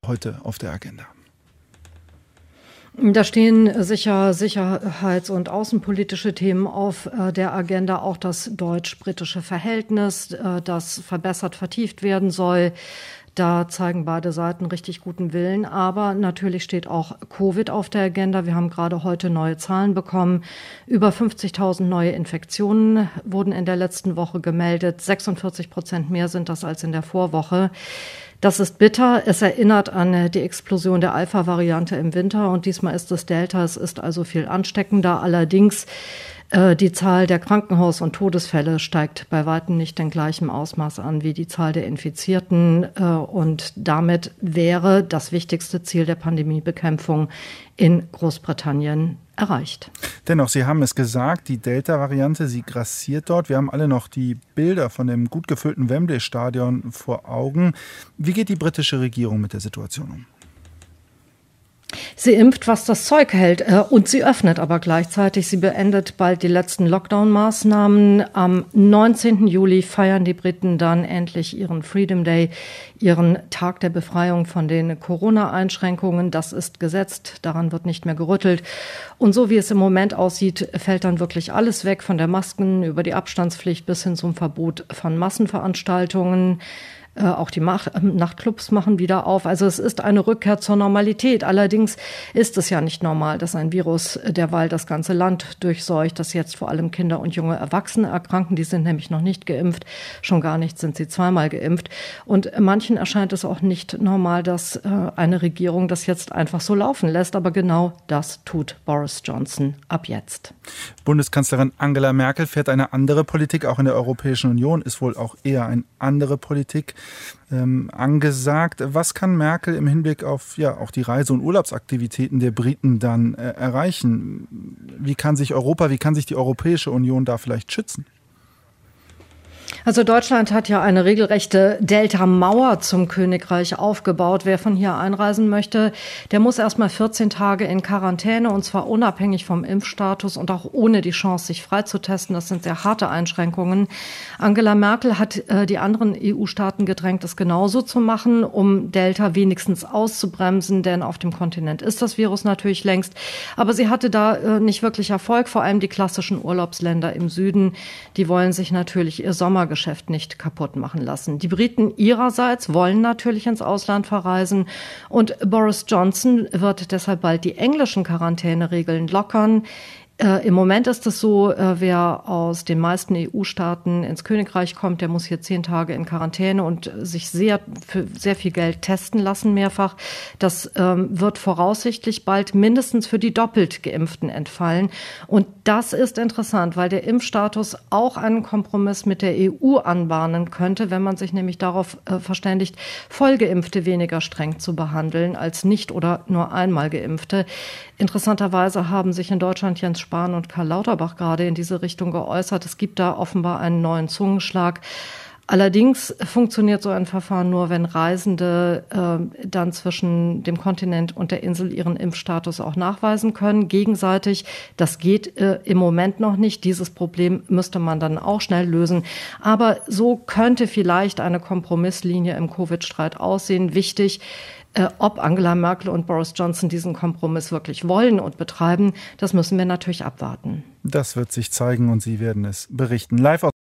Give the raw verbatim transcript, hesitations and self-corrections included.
heute auf der Agenda? Da stehen sicher sicherheits- und außenpolitische Themen auf der Agenda, auch das deutsch-britische Verhältnis, das verbessert, vertieft werden soll. Da zeigen beide Seiten richtig guten Willen. Aber natürlich steht auch Covid auf der Agenda. Wir haben gerade heute neue Zahlen bekommen. Über fünfzigtausend neue Infektionen wurden in der letzten Woche gemeldet. sechsundvierzig Prozent mehr sind das als in der Vorwoche. Das ist bitter. Es erinnert an die Explosion der Alpha-Variante im Winter. Und diesmal ist es Delta. Es ist also viel ansteckender. Allerdings die Zahl der Krankenhaus- und Todesfälle steigt bei weitem nicht in gleichem Ausmaß an wie die Zahl der Infizierten. Und damit wäre das wichtigste Ziel der Pandemiebekämpfung in Großbritannien erreicht. Dennoch, Sie haben es gesagt, die Delta-Variante, sie grassiert dort. Wir haben alle noch die Bilder von dem gut gefüllten Wembley-Stadion vor Augen. Wie geht die britische Regierung mit der Situation um? Sie impft, was das Zeug hält, und sie öffnet aber gleichzeitig. Sie beendet bald die letzten Lockdown-Maßnahmen. Am neunzehnten Juli feiern die Briten dann endlich ihren Freedom Day, ihren Tag der Befreiung von den Corona-Einschränkungen. Das ist gesetzt, daran wird nicht mehr gerüttelt. Und so wie es im Moment aussieht, fällt dann wirklich alles weg, von der Masken über die Abstandspflicht bis hin zum Verbot von Massenveranstaltungen. Auch die Nachtclubs machen wieder auf. Also es ist eine Rückkehr zur Normalität. Allerdings ist es ja nicht normal, dass ein Virus derweil das ganze Land durchseucht, dass jetzt vor allem Kinder und junge Erwachsene erkranken. Die sind nämlich noch nicht geimpft. Schon gar nicht sind sie zweimal geimpft. Und manchen erscheint es auch nicht normal, dass eine Regierung das jetzt einfach so laufen lässt. Aber genau das tut Boris Johnson ab jetzt. Bundeskanzlerin Angela Merkel fährt eine andere Politik. Auch in der Europäischen Union ist wohl auch eher eine andere Politik ähm, angesagt. Was kann Merkel im Hinblick auf ja auch die Reise- und Urlaubsaktivitäten der Briten dann äh, erreichen? Wie kann sich Europa, wie kann sich die Europäische Union da vielleicht schützen? Also Deutschland hat ja eine regelrechte Delta-Mauer zum Königreich aufgebaut. Wer von hier einreisen möchte, der muss erst mal vierzehn Tage in Quarantäne, und zwar unabhängig vom Impfstatus und auch ohne die Chance, sich freizutesten. Das sind sehr harte Einschränkungen. Angela Merkel hat äh, die anderen E U-Staaten gedrängt, das genauso zu machen, um Delta wenigstens auszubremsen, denn auf dem Kontinent ist das Virus natürlich längst. Aber sie hatte da äh, nicht wirklich Erfolg. Vor allem die klassischen Urlaubsländer im Süden, die wollen sich natürlich ihr Sommergeschäft nicht kaputt machen lassen. Die Briten ihrerseits wollen natürlich ins Ausland verreisen, und Boris Johnson wird deshalb bald die englischen Quarantäneregeln lockern. Äh, Im Moment ist es so, äh, wer aus den meisten E U-Staaten ins Königreich kommt, der muss hier zehn Tage in Quarantäne und sich sehr für sehr viel Geld testen lassen, mehrfach. Das ähm, wird voraussichtlich bald mindestens für die doppelt Geimpften entfallen. Und das ist interessant, weil der Impfstatus auch einen Kompromiss mit der E U anbahnen könnte, wenn man sich nämlich darauf äh, verständigt, Vollgeimpfte weniger streng zu behandeln als nicht oder nur einmal Geimpfte. Interessanterweise haben sich in Deutschland Jens Spahn und Karl Lauterbach gerade in diese Richtung geäußert. Es gibt da offenbar einen neuen Zungenschlag. Allerdings funktioniert so ein Verfahren nur, wenn Reisende äh, dann zwischen dem Kontinent und der Insel ihren Impfstatus auch nachweisen können, gegenseitig. Das geht äh, im Moment noch nicht. Dieses Problem müsste man dann auch schnell lösen. Aber so könnte vielleicht eine Kompromisslinie im Covid-Streit aussehen. Wichtig: Ob Angela Merkel und Boris Johnson diesen Kompromiss wirklich wollen und betreiben, das müssen wir natürlich abwarten. Das wird sich zeigen, und Sie werden es berichten. Live aus